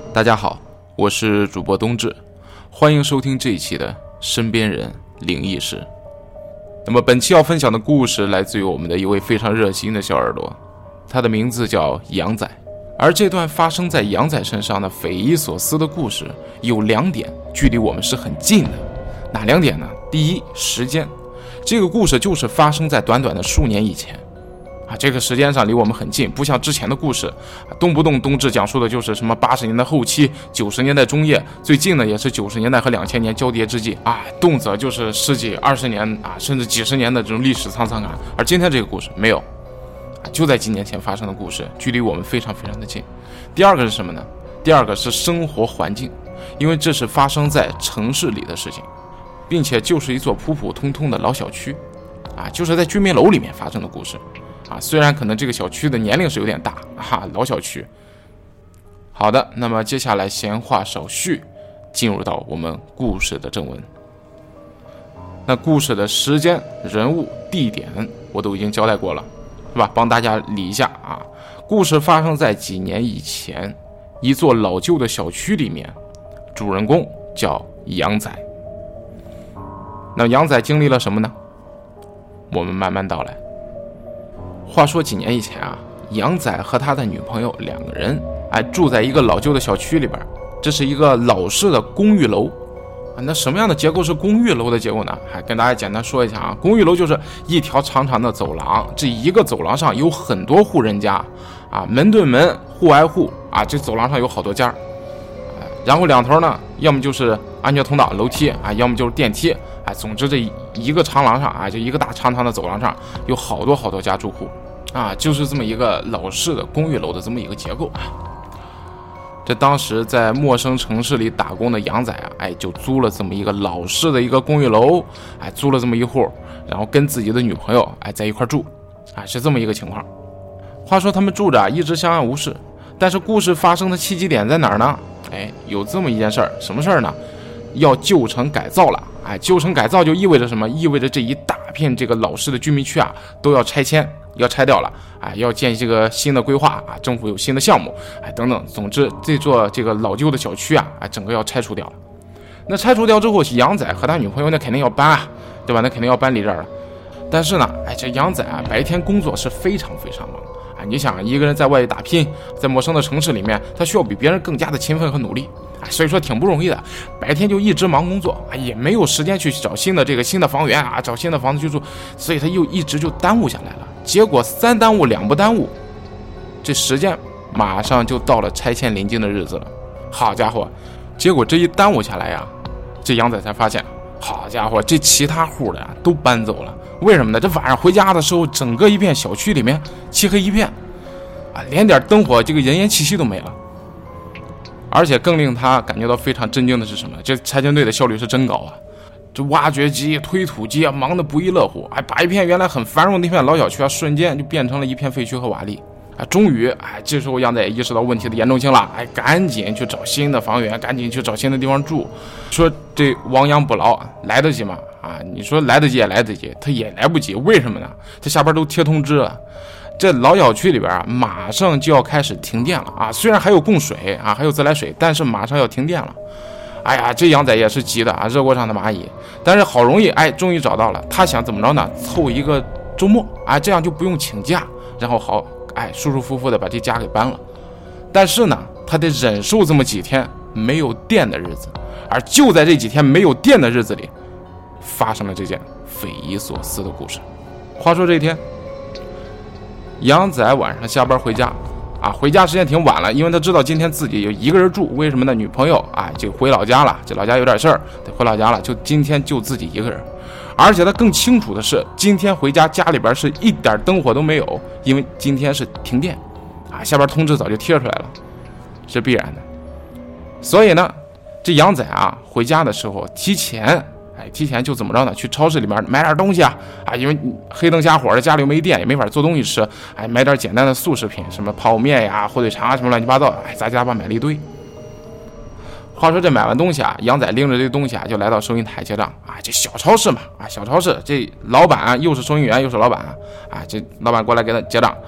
大家好，我是主播冬至，欢迎收听这一期的身边人灵异事。那么本期要分享的故事来自于我们的一位非常热心的小耳朵，他的名字叫杨仔。而这段发生在杨仔身上的匪夷所思的故事有2点距离我们是很近的。哪2点呢？第一，时间，这个故事就是发生在短短的数年以前这个时间上离我们很近，不像之前的故事动不动冬至讲述的就是什么80年代后期、90年代中叶，最近呢也是90年代和2000年交叠之际动辄就是10几、20年甚至几十年的这种历史沧桑感。而今天这个故事没有就在几年前发生的故事，距离我们非常非常的近。第二个是什么呢？第二个是生活环境，因为这是发生在城市里的事情，并且就是一座普普通通的老小区就是在居民楼里面发生的故事虽然可能这个小区的年龄是有点大老小区。好的，那么接下来闲话少叙，进入到我们故事的正文。那故事的时间、人物、地点我都已经交代过了，是吧？帮大家理一下故事发生在几年以前，一座老旧的小区里面，主人公叫杨仔。那杨仔经历了什么呢？我们慢慢道来。话说几年以前杨仔和他的女朋友2个人住在一个老旧的小区里边。这是一个老式的公寓楼那什么样的结构是公寓楼的结构呢？还跟大家简单说一下公寓楼就是一条长长的走廊，这一个走廊上有很多户人家门对门，户挨户这走廊上有好多家然后两头呢要么就是安全通道楼梯要么就是电梯总之这一个长廊上就一个大长长的走廊上有好多家住户就是这么一个老式的公寓楼的这么一个结构这当时在陌生城市里打工的杨仔就租了这么一个老式的一个公寓楼租了这么一户，然后跟自己的女朋友在一块住是这么一个情况。话说他们住着一直相安无事，但是故事发生的契机点在哪儿呢？有这么一件事儿。什么事儿呢？要旧城改造了旧城改造就意味着什么？意味着这一大片这个老式的居民区都要拆迁，要拆掉了要建这个新的规划政府有新的项目等等。总之这座这个老旧的小区整个要拆除掉了。那拆除掉之后，杨仔和他女朋友那肯定要搬对吧？那肯定要搬离这儿了。但是呢这杨仔白天工作是非常非常忙你想一个人在外地打拼，在陌生的城市里面，他需要比别人更加的勤奋和努力所以说挺不容易的。白天就一直忙工作也没有时间去找新的房源找新的房子居住，所以他又一直就耽误下来了。结果3耽误2不耽误，这时间马上就到了拆迁临近的日子了。好家伙，结果这一耽误下来这杨仔才发现，好家伙，这其他户的都搬走了。为什么呢？这晚上回家的时候，整个一片小区里面漆黑一片连点灯火这个人烟气息都没了。而且更令他感觉到非常震惊的是什么？这拆迁队的效率是真高这挖掘机、推土机忙得不亦乐乎把一片原来很繁荣的一片老小区瞬间就变成了一片废墟和瓦砾终于这时候杨仔也意识到问题的严重性了赶紧去找新的房源，赶紧去找新的地方住。说这亡羊补牢来得及吗？你说来得及也来得及，他也来不及。为什么呢？他下边都贴通知了，这老小区里边马上就要开始停电了虽然还有供水还有自来水，但是马上要停电了。这杨仔也是急的热锅上的蚂蚁。但是好容易终于找到了，他想怎么着呢？凑一个周末这样就不用请假，然后好舒舒服服的把这家给搬了。但是呢他得忍受这么几天没有电的日子。而就在这几天没有电的日子里，发生了这件匪夷所思的故事。话说这一天，杨仔晚上下班回家回家时间挺晚了，因为他知道今天自己有一个人住。为什么呢？女朋友就回老家了，这老家有点事儿得回老家了，就今天就自己一个人。而且他更清楚的是，今天回家家里边是一点灯火都没有，因为今天是停电下边通知早就贴出来了，是必然的。所以呢这杨仔回家的时候提前就怎么着呢？去超市里面买点东西因为黑灯瞎火的，家里又没电，也没法做东西吃买点简单的速食品，什么泡面火腿肠什么乱七八糟杂七杂八买了一堆。话说这买完东西杨仔拎着这东西就来到收银台结账这小超市嘛小超市这老板又是收银员又是老板这老板过来给他结账，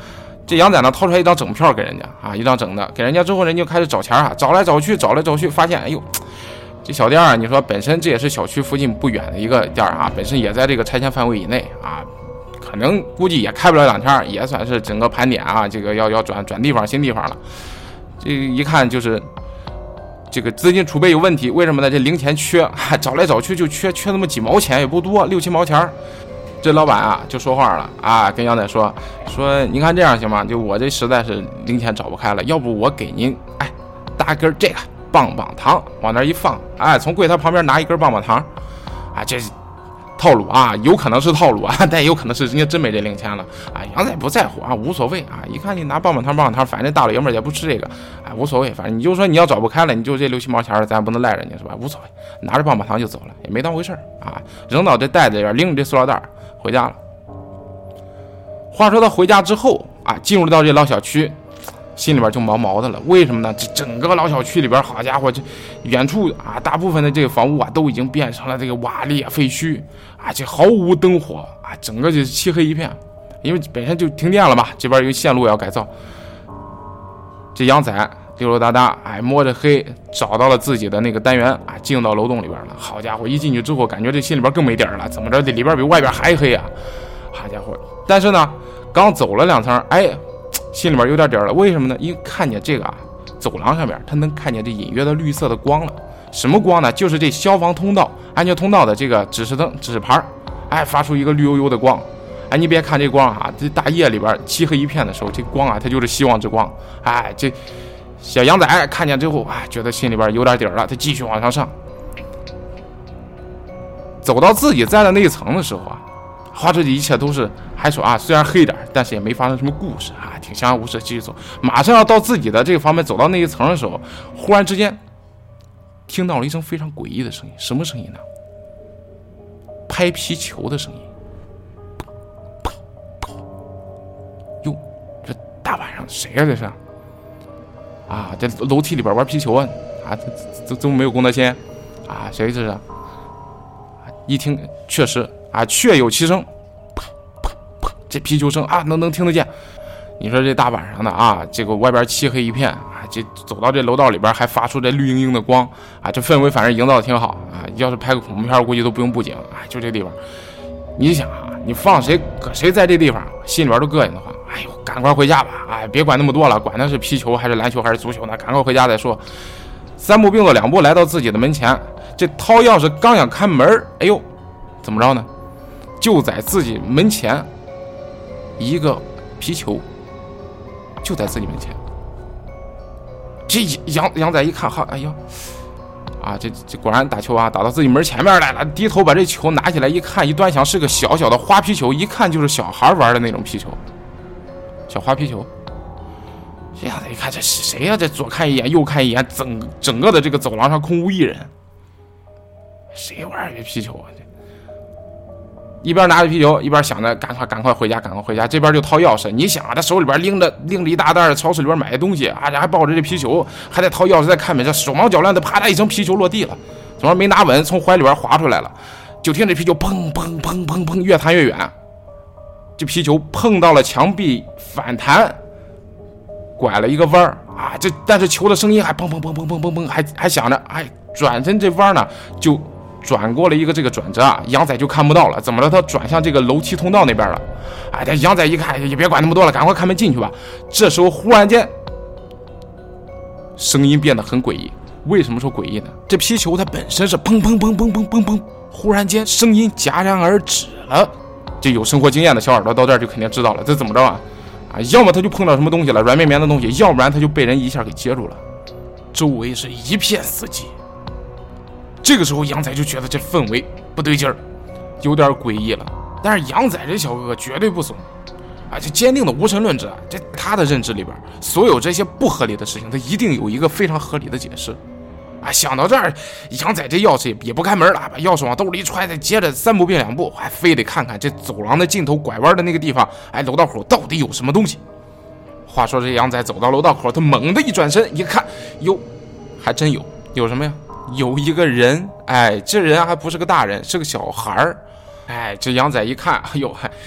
这杨仔呢掏出来一张整票给人家啊，一张整的给人家之后，人就开始找钱啊，找来找去，发现哎呦，这小店啊，你说本身这也是小区附近不远的一个店啊，本身也在这个拆迁范围以内啊，可能估计也开不了2天，也算是整个盘点啊，这个要转地方新地方了。这一看就是这个资金储备有问题，为什么呢？这零钱缺，找来找去就缺那么几毛钱，也不多，6、7毛钱。这老板啊就说话了啊，跟杨仔说您看这样行吗？就我这实在是零钱找不开了，要不我给您搭根这个棒棒糖，往那一放，从柜台旁边拿一根棒棒糖，这套路啊，有可能是套路啊，但也有可能是人家真没这零钱了啊。杨仔不在乎啊，无所谓啊，一看你拿棒棒糖，反正大老爷们也不吃这个无所谓，反正你就说你要找不开了，你就这6、7毛钱，咱不能赖人家是吧？无所谓，拿着棒棒糖就走了，也没当回事啊，扔到这袋子里边，拎着这塑料袋回家了。话说他回家之后啊，进入到这老小区，心里边就毛毛的了。为什么呢？这整个老小区里边，好家伙，这远处啊，大部分的这个房屋啊，都已经变成了这个瓦砾废墟啊，这毫无灯火啊，整个就是漆黑一片。因为本身就停电了嘛，这边有线路要改造。这杨仔溜溜达达，摸着黑找到了自己的那个单元啊，进到楼栋里边了。好家伙，一进去之后，感觉这心里边更没底儿了，怎么着？这里边比外边还黑啊！好家伙！但是呢，刚走了2层，心里边有点底儿了。为什么呢？因为看见这个走廊上面，他能看见这隐约的绿色的光了。什么光呢？就是这消防通道、安全通道的这个指示灯、指示牌，发出一个绿油油的光。你别看这光啊，这大夜里边漆黑一片的时候，这光啊，它就是希望之光。这小杨仔看见之后，觉得心里边有点底儿了，他继续往上上。走到自己在的那一层的时候话这一切都是还说虽然黑点，但是也没发生什么故事挺相安无事，继续走。马上要到自己的这个房门，走到那一层的时候，忽然之间听到了一声非常诡异的声音。什么声音呢？拍皮球的声音。哟，这大晚上谁呀？这是这楼梯里边玩皮球这么没有公德心谁这是一听确实确有其声，砰砰砰，这皮球声能听得见。你说这大晚上的这个外边漆黑一片这走到这楼道里边还发出这绿莹莹的光这氛围反正营造的挺好要是拍个恐怖片估计都不用布景就这地方。你想你放谁搁谁在这地方心里边都膈应的话，赶快回家吧别管那么多了，管他是皮球还是篮球还是足球呢，赶快回家再说。3步并作2步来到自己的门前，这掏钥匙刚想开门，怎么着呢？就在自己门前一个皮球就在自己门前。这杨仔一看这果然打球打到自己门前面来了，低头把这球拿起来一看，一端详是个小小的花皮球，一看就是小孩玩的那种皮球，小花皮球。这样子一看，这是谁呀？这左看一眼右看一眼，整个的这个走廊上空无一人，谁玩这皮球一边拿着啤酒一边想着赶快回家，这边就掏钥匙。你想他手里边拎着一大袋超市里边买的东西还抱着这啤酒，还得掏钥匙再开门，这手忙脚乱的啪嗒一声皮球落地了，怎么没拿稳，从怀里边滑出来了。就听这啤酒砰砰砰砰砰越弹越远，这啤球碰到了墙壁反弹，拐了一个弯但是球的声音还砰砰砰砰砰砰砰，还响着转身这弯呢就转过了一个这个转折杨仔就看不到了，怎么了？他转向这个楼梯通道那边了这杨仔一看也别管那么多了，赶快开门进去吧。这时候忽然间声音变得很诡异。为什么说诡异呢？这皮球它本身是砰砰砰砰砰砰砰，忽然间声音戛然而止了。这有生活经验的小耳朵到这儿就肯定知道了，这怎么着要么他就碰到什么东西了，软绵绵的东西，要不然他就被人一下给接住了。周围是一片死寂。这个时候杨仔就觉得这氛围不对劲儿，有点诡异了。但是杨仔这小哥哥绝对不怂这坚定的无神论者，这他的认知里边所有这些不合理的事情他一定有一个非常合理的解释想到这儿，杨仔这钥匙也不开门了，把钥匙往兜里一揣，再接着3步并2步，还非得看看这走廊的尽头拐弯的那个地方楼道口到底有什么东西。话说这杨仔走到楼道口，他猛地一转身一看，还真有什么呀？有一个人这人还不是个大人，是个小孩这杨仔一看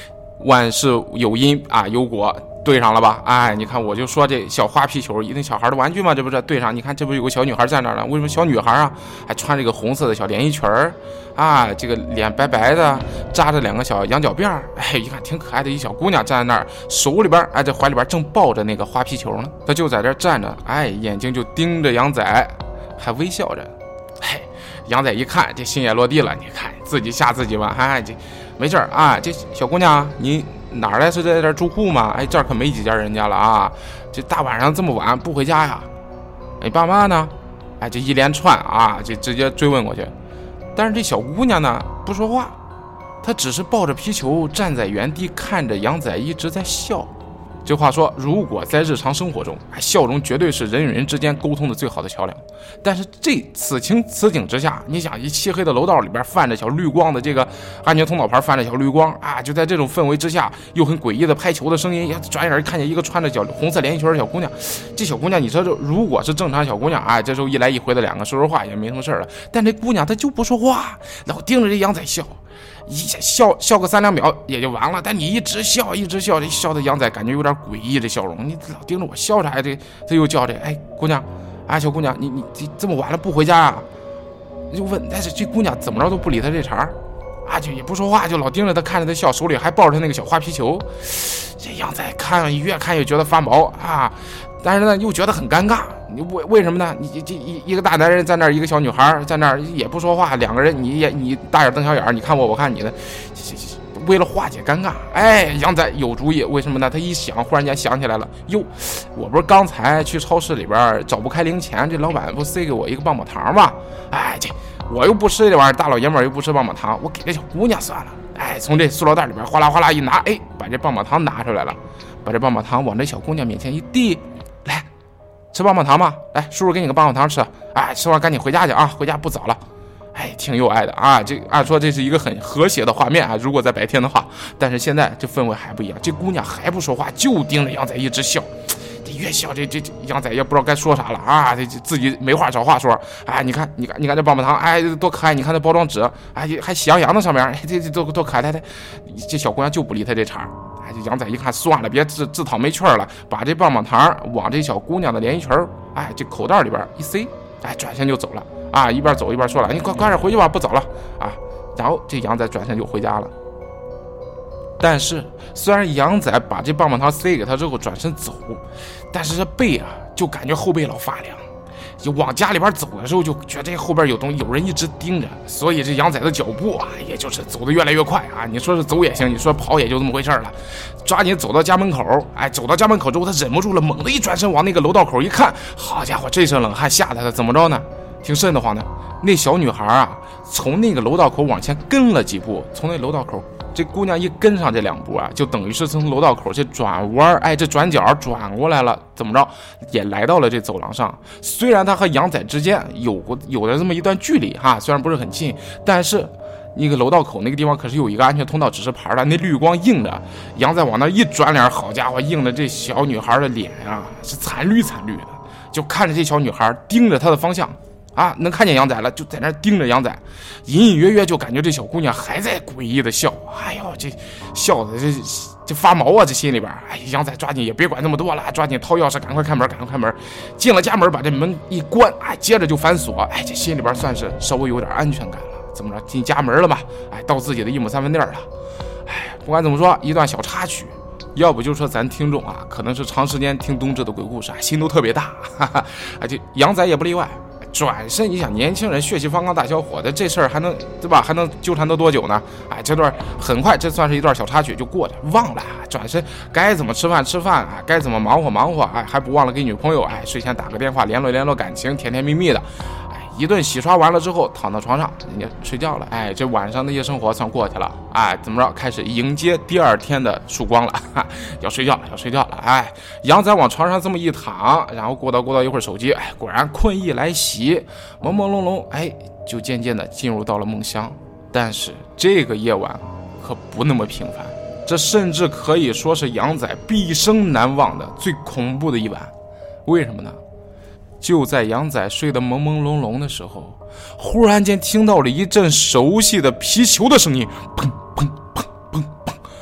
万事有因啊，有果。对上了吧？哎，你看，我就说这小花皮球，那小孩的玩具嘛，这不是对上？你看，这不有个小女孩在那儿呢？为什么小女孩啊，还穿这个红色的小连衣裙儿啊？这个脸白白的，扎着2个小羊角辫儿，哎，一看挺可爱的一小姑娘站在那儿，手里边，哎，这怀里边正抱着那个花皮球呢。她就在这站着，哎，眼睛就盯着杨仔，还微笑着。嘿，杨仔一看，这心也落地了。你看，自己吓自己吧，哎，这没事啊，这小姑娘你。哪儿来是在这住户吗？哎，这儿可没几家人家了啊！这大晚上这么晚不回家呀？哎，爸妈呢？哎，这一连串啊，这直接追问过去。但是这小姑娘呢，不说话，她只是抱着皮球站在原地看着杨仔一直在笑。这话说，如果在日常生活中，笑容绝对是人与人之间沟通的最好的桥梁。但是此情此景之下，你想一漆黑的楼道里边泛着小绿光的这个安全通道牌泛着小绿光啊，就在这种氛围之下，又很诡异的拍球的声音，转眼看见一个穿着红色连衣裙的小姑娘。这小姑娘，你说这如果是正常小姑娘啊，这时候一来一回的2个说说话也没什么事了。但这姑娘她就不说话，老盯着这杨仔笑。一笑个3-2秒也就完了，但你一直笑，这笑的杨仔感觉有点诡异，这笑容，你老盯着我笑啥呀？这又叫这，哎，姑娘，啊，小姑娘，你这么晚了不回家啊？就问，但是这姑娘怎么着都不理他这茬啊，就也不说话，就老盯着他看着他笑，手里还抱着他那个小花皮球。这杨仔越看越觉得发毛啊，但是呢又觉得很尴尬。你为什么呢？你这一个大男人在那儿，一个小女孩在那儿也不说话，2个人你大眼瞪小眼，你看我看你的，为了化解尴尬，哎，杨仔有主意，为什么呢？他一想，忽然间想起来了，哟，我不是刚才去超市里边找不开零钱，这老板不塞给我一个棒棒糖吗？哎，这我又不吃这玩意儿，大老爷们儿又不吃棒棒糖，我给这小姑娘算了。哎，从这塑料袋里边哗啦哗啦一拿，哎，把这棒棒糖拿出来了，把这棒棒糖往这小姑娘面前一递，来。吃棒棒糖吗？来，叔叔给你个棒棒糖吃。哎，吃完赶紧回家去啊，回家不早了。哎，挺有爱的啊。这按说这是一个很和谐的画面啊，如果在白天的话，但是现在这氛围还不一样。这姑娘还不说话，就盯着杨仔一直笑。这越笑，这杨仔也不知道该说啥了啊，这自己没话找话说。哎，你看这棒棒糖，哎，多可爱！你看这包装纸，哎，还喜羊羊的上面，哎，这多可爱！这小姑娘就不理他这茬。哎，这杨仔一看算了，别自讨没趣了，把这棒棒糖往这小姑娘的连衣裙，哎，这口袋里边一塞，哎，转身就走了啊！一边走一边说了：“你快点回去吧，不早了啊！”然后这杨仔转身就回家了。但是虽然杨仔把这棒棒糖塞给他之后转身走，但是这背啊就感觉后背老发凉。就往家里边走的时候，就觉得这后边有人一直盯着，所以这杨仔的脚步啊，也就是走得越来越快啊。你说是走也行，你说跑也就这么回事了。抓紧走到家门口，哎，走到家门口之后，他忍不住了，猛地一转身往那个楼道口一看，好家伙，这身冷汗吓得他怎么着呢？挺瘆得慌的。那小女孩啊，从那个楼道口往前跟了几步，从那楼道口。这姑娘一跟上这2步啊，就等于是从楼道口这转弯，哎，这转角转过来了，怎么着也来到了这走廊上。虽然她和杨仔之间有的这么一段距离哈，虽然不是很近，但是那个楼道口那个地方可是有一个安全通道指示牌的，那绿光映着，杨仔往那一转脸，好家伙，映着这小女孩的脸啊，是惨绿的，就看着这小女孩盯着她的方向。啊，能看见杨仔了，就在那盯着杨仔，隐隐约约就感觉这小姑娘还在诡异的笑。哎呦，这笑的这发毛啊，这心里边。哎，杨仔抓紧也别管那么多了，抓紧掏钥匙，赶快开门。进了家门，把这门一关，哎，接着就反锁。哎，这心里边算是稍微有点安全感了。怎么着，进家门了吧？哎，到自己的1亩3分地了。哎，不管怎么说，一段小插曲。要不就说咱听众啊，可能是长时间听冬至的鬼故事啊，心都特别大。哈哈，啊，这杨仔也不例外。转身，你想年轻人血气方刚大小伙子，这事儿还能对吧？还能纠缠到多久呢？哎，这段很快，这算是一段小插曲就过去，忘了。转身该怎么吃饭啊，该怎么忙活，哎，还不忘了给女朋友哎睡前打个电话联络感情，甜甜蜜蜜的。一顿洗刷完了之后，躺到床上，人家睡觉了。哎，这晚上的夜生活算过去了。哎，怎么着，开始迎接第2天的曙光了，要睡觉了。哎，杨仔往床上这么一躺，然后过到一会儿手机，哎，果然困意来袭，朦朦胧胧，哎，就渐渐的进入到了梦乡。但是这个夜晚可不那么平凡，这甚至可以说是杨仔毕生难忘的最恐怖的一晚。为什么呢？就在杨仔睡得朦朦胧胧的时候，忽然间听到了一阵熟悉的皮球的声音，砰砰砰砰砰，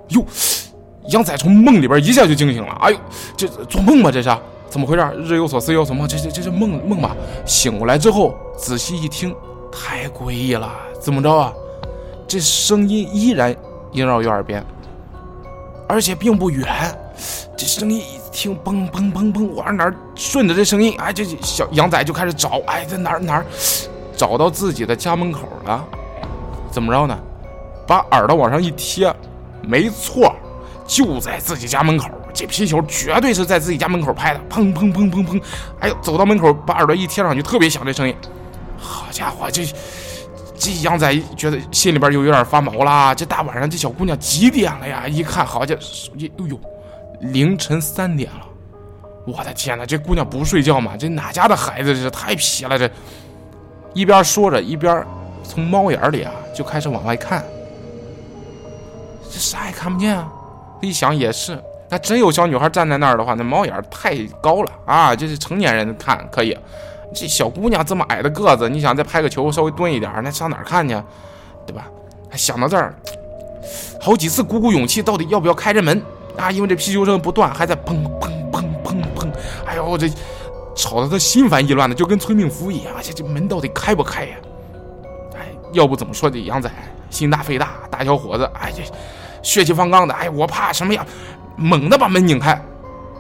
哟，杨仔从梦里边一下就惊醒了。哎呦，这做梦吗？这是怎么回事？日有所思夜有所梦，这是梦吧？醒过来之后仔细一听，太诡异了。怎么着啊？这声音依然萦绕于耳边，而且并不远。这声音一听，嘣嘣嘣嘣，往哪儿顺着这声音，哎，这小杨仔就开始找，哎，在哪儿找到自己的家门口了。怎么着呢？把耳朵往上一贴，没错，就在自己家门口。这皮球绝对是在自己家门口拍的，砰砰砰砰砰，哎呦，走到门口把耳朵一贴上去，特别响这声音。好家伙，这杨仔觉得心里边就有点发毛啦。这大晚上这小姑娘几点了呀？一看好家伙，哎呦，凌晨3点了。我的天哪，这姑娘不睡觉吗？这哪家的孩子，这是太皮了。这一边说着一边从猫眼里就开始往外看，这啥也看不见啊。一想也是，那真有小女孩站在那儿的话，那猫眼太高了啊！这是成年人看可以，这小姑娘这么矮的个子，你想再拍个球稍微蹲一点，那上哪儿看去，对吧？想到这儿，好几次鼓勇气，到底要不要开这门啊？因为这皮球声不断，还在砰砰砰砰砰，哎呦，这吵得他心烦意乱的，就跟催命符一样。这门到底开不开呀？哎，要不怎么说这杨仔心大肺大，大小伙子，哎，这血气方刚的，哎，我怕什么呀？猛地把门拧开，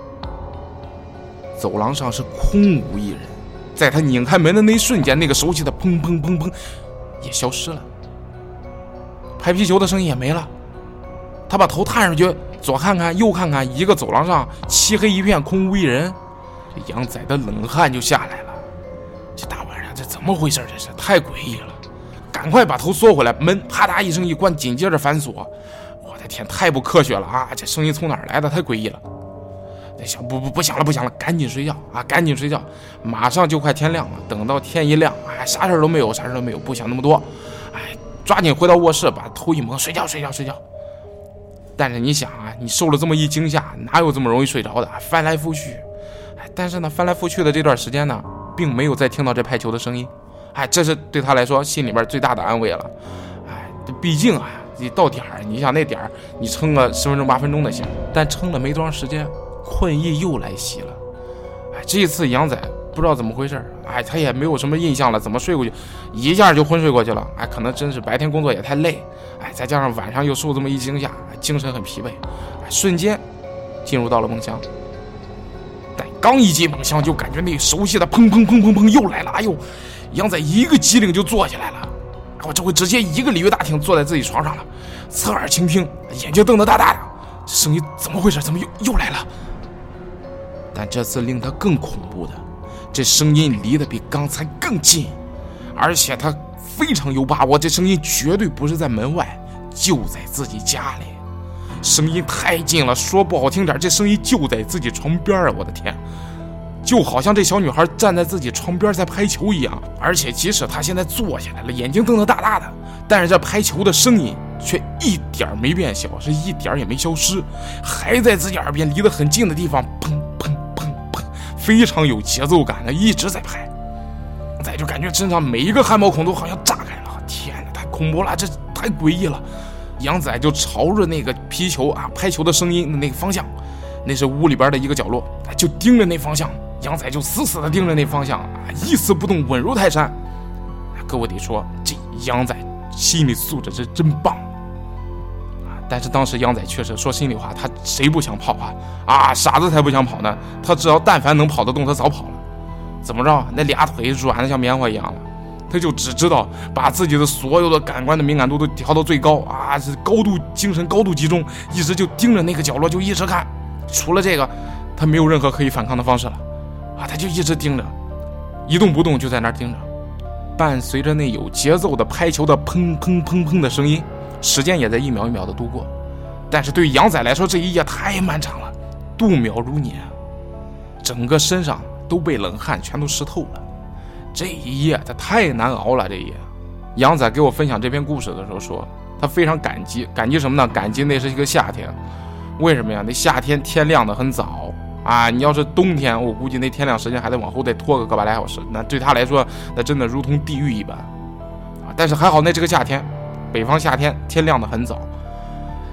走廊上是空无一人。在他拧开门的那一瞬间，那个熟悉的砰砰砰砰也消失了，拍皮球的声音也没了。他把头探上去，左看看右看看，一个走廊上漆黑一片，空无一人。这杨仔的冷汗就下来了。这大晚上这怎么回事？这是太诡异了！赶快把头缩回来，门啪嗒一声一关，紧接着反锁。我的天，太不科学了啊！这声音从哪儿来的？太诡异了。想不想了，赶紧睡觉啊！赶紧睡觉，马上就快天亮了。等到天一亮，哎，啥事都没有，不想那么多，哎，抓紧回到卧室，把头一蒙，睡觉。但是你想啊，你受了这么一惊吓，哪有这么容易睡着的？翻来覆去，哎，但是呢，翻来覆去的这段时间呢，并没有再听到这拍球的声音，哎，这是对他来说心里边最大的安慰了。哎，毕竟啊，你到点儿，你想那点儿，你撑个10分钟8分钟的行，但撑了没多长时间。困意又来袭了，哎，这一次杨仔不知道怎么回事，哎，他也没有什么印象了，怎么睡过去，一下就昏睡过去了，哎，可能真是白天工作也太累，哎，再加上晚上又受这么一惊吓，精神很疲惫，哎，瞬间进入到了梦乡。但刚一进梦乡，就感觉那熟悉的砰砰砰砰砰又来了，哎呦，杨仔一个机灵就坐起来了，我这回直接一个鲤鱼打挺坐在自己床上了，侧耳倾听，眼睛瞪得大大的，这声音怎么回事？怎么又来了？但这次令他更恐怖的，这声音离得比刚才更近，而且他非常有把握，这声音绝对不是在门外，就在自己家里。声音太近了，说不好听点，这声音就在自己床边啊！我的天，就好像这小女孩站在自己床边在拍球一样。而且即使她现在坐起来了，眼睛瞪得大大的，但是这拍球的声音却一点没变小，是一点也没消失，还在自己耳边离得很近的地方砰砰砰砰，非常有节奏感的一直在拍。再就感觉身上每一个汗毛孔都好像炸开了，天哪，太恐怖了，这太诡异了。杨仔就朝着那个皮球拍球的声音的那个方向，那是屋里边的一个角落，就盯着那方向。杨仔就死死地盯着那方向，一丝不动，稳如泰山。各位得说，这杨仔心理素质是真棒但是当时杨仔确实说心里话，他谁不想跑傻子才不想跑呢。他只要但凡能跑得动，他早跑了。怎么着？那俩腿软得像棉花一样了。他就只知道把自己的所有的感官的敏感度都调到最高是高度精神高度集中，一直就盯着那个角落，就一直看。除了这个，他没有任何可以反抗的方式了他就一直盯着，一动不动就在那儿盯着。伴随着那有节奏的拍球的砰砰砰砰的声音，时间也在一秒一秒的度过。但是对杨仔来说，这一夜太漫长了，度秒如年，整个身上都被冷汗全都湿透了。这一夜他太难熬了。这一夜，杨仔给我分享这篇故事的时候说，他非常感激什么呢？感激那是一个夏天。为什么呀？那夏天天亮的很早你要是冬天，我估计那天亮时间还得往后再拖个8来小时，那对他来说，那真的如同地狱一般但是还好，那这个夏天，北方夏天天亮的很早。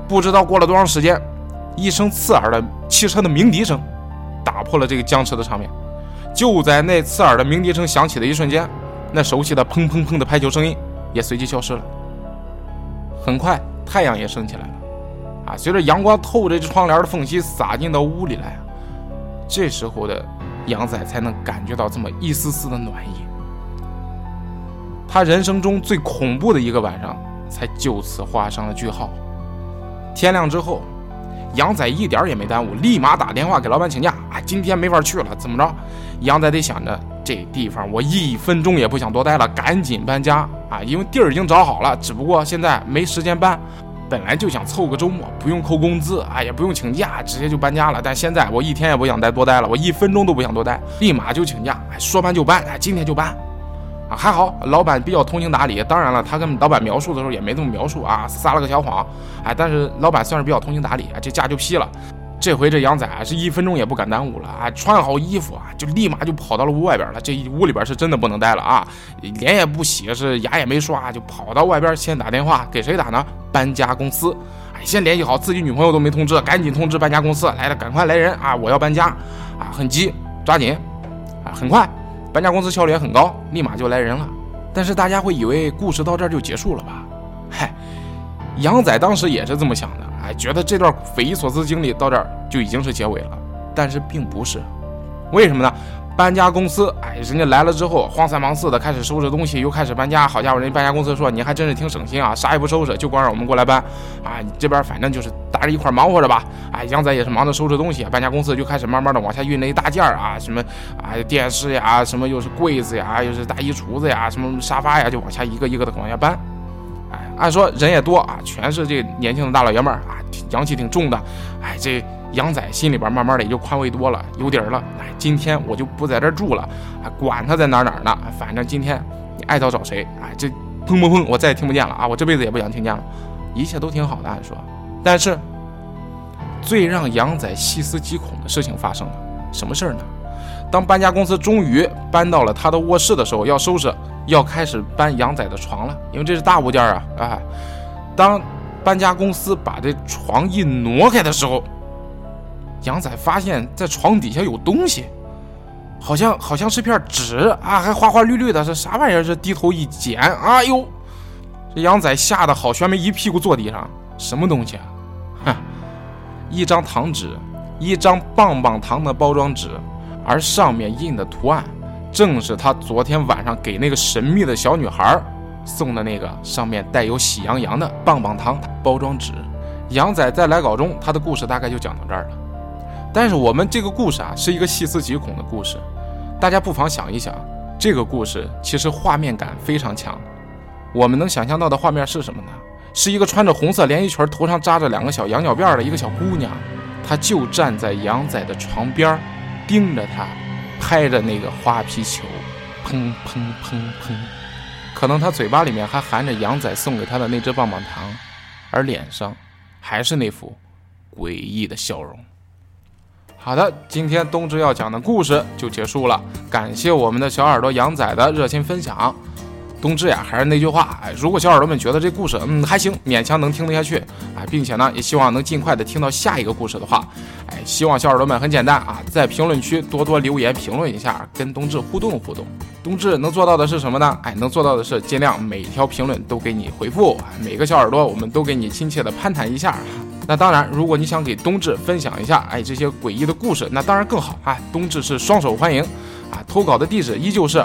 不知道过了多长时间，一声刺耳的汽车的鸣笛声打破了这个僵持的场面。就在那刺耳的鸣笛声响起的一瞬间，那熟悉的砰砰砰的拍球声音也随即消失了。很快太阳也升起来了随着阳光透着窗帘的缝隙洒进到屋里来这时候的杨仔才能感觉到这么一丝丝的暖意。他人生中最恐怖的一个晚上才就此画上了句号。天亮之后，杨仔一点也没耽误，立马打电话给老板请假今天没法去了，怎么着？杨仔得想着这地方我1分钟也不想多待了，赶紧搬家因为地儿已经找好了，只不过现在没时间搬。本来就想凑个周末，不用扣工资也不用请假，直接就搬家了。但现在我1天也不想多待了，我1分钟都不想多待，立马就请假，说搬就搬今天就搬还好老板比较通情达理，当然了，他跟老板描述的时候也没这么描述撒了个小谎但是老板算是比较通情达理这假就批了。这回这杨仔是1分钟也不敢耽误了穿好衣服就立马就跑到了屋外边了。这屋里边是真的不能待了脸也不洗，是牙也没刷，就跑到外边先打电话给谁打呢？搬家公司先联系好，自己女朋友都没通知，赶紧通知搬家公司来了，赶快来人我要搬家很急，抓紧很快，搬家公司效率也很高，立马就来人了。但是大家会以为故事到这儿就结束了吧？杨仔当时也是这么想的觉得这段匪夷所思经历到这儿就已经是结尾了，但是并不是。为什么呢？搬家公司人家来了之后慌三忙四的开始收拾东西，又开始搬家。好家伙，人家搬家公司说你还真是挺省心啥也不收拾，就光让我们过来搬你这边反正就是大家一块忙活着吧杨仔也是忙着收拾东西搬家公司就开始慢慢的往下运了一大件什么电视呀，什么又是柜子呀，又是大衣橱子呀，什么沙发呀，就往下一个一个的往下搬按说人也多全是这年轻的大老爷们儿阳气挺重的这杨仔心里边慢慢的也就宽慰多了，有底儿了今天我就不在这儿住了管他在哪儿呢，反正今天你爱找谁这砰砰砰我再也听不见了我这辈子也不想听见了，一切都挺好的按说。但是最让杨仔细思极恐的事情发生了。什么事儿呢？当搬家公司终于搬到了他的卧室的时候，要收拾，要开始搬杨仔的床了，因为这是大物件当搬家公司把这床一挪开的时候，杨仔发现在床底下有东西，好像是片纸还花花绿绿的，是啥玩意儿？是低头一捡，哎呦！这杨仔吓得好悬没一屁股坐地上，什么东西一张糖纸，一张棒棒糖的包装纸，而上面印的图案正是他昨天晚上给那个神秘的小女孩送的那个上面带有喜羊羊的棒棒糖包装纸。杨仔在来稿中他的故事大概就讲到这儿了。但是我们这个故事是一个细思极恐的故事，大家不妨想一想，这个故事其实画面感非常强。我们能想象到的画面是什么呢？是一个穿着红色连衣裙，头上扎着2个小羊角辫的一个小姑娘，她就站在杨仔的床边，盯着他，拍着那个花皮球，砰砰砰砰。可能她嘴巴里面还含着杨仔送给她的那只棒棒糖，而脸上还是那副诡异的笑容。好的，今天冬至要讲的故事就结束了，感谢我们的小耳朵杨仔的热心分享。冬至还是那句话如果小耳朵们觉得这故事还行，勉强能听得下去并且呢也希望能尽快的听到下一个故事的话希望小耳朵们很简单在评论区多多留言评论一下，跟冬至互动互动。冬至能做到的是什么呢？能做到的是尽量每条评论都给你回复每个小耳朵我们都给你亲切的攀谈一下那当然，如果你想给冬至分享一下这些诡异的故事，那当然更好冬至是双手欢迎投稿的地址依旧是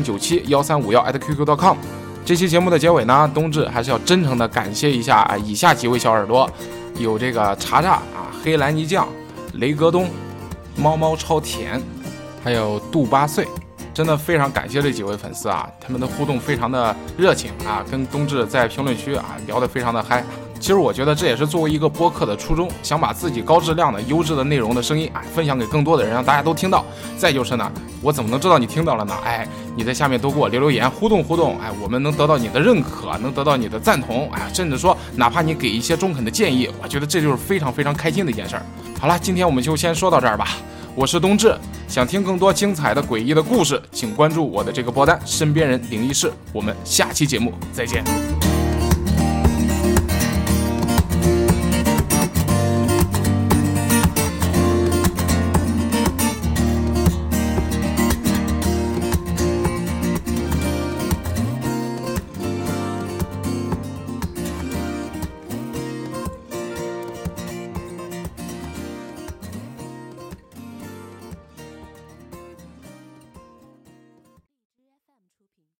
20971351@qq.com。这期节目的结尾呢，冬至还是要真诚的感谢一下以下几位小耳朵，有这个查查黑兰泥酱、雷格东、猫猫超甜，还有杜8岁。真的非常感谢这几位粉丝他们的互动非常的热情跟冬至在评论区聊得非常的嗨。其实我觉得这也是作为一个播客的初衷，想把自己高质量的优质的内容的声音分享给更多的人，让大家都听到。再就是呢，我怎么能知道你听到了呢？你在下面都给我留言互动互动，我们能得到你的认可，能得到你的赞同，甚至说哪怕你给一些中肯的建议，我觉得这就是非常非常开心的一件事儿。好了，今天我们就先说到这儿吧。我是冬至，想听更多精彩的诡异的故事，请关注我的这个播单身边人灵异事。我们下期节目再见。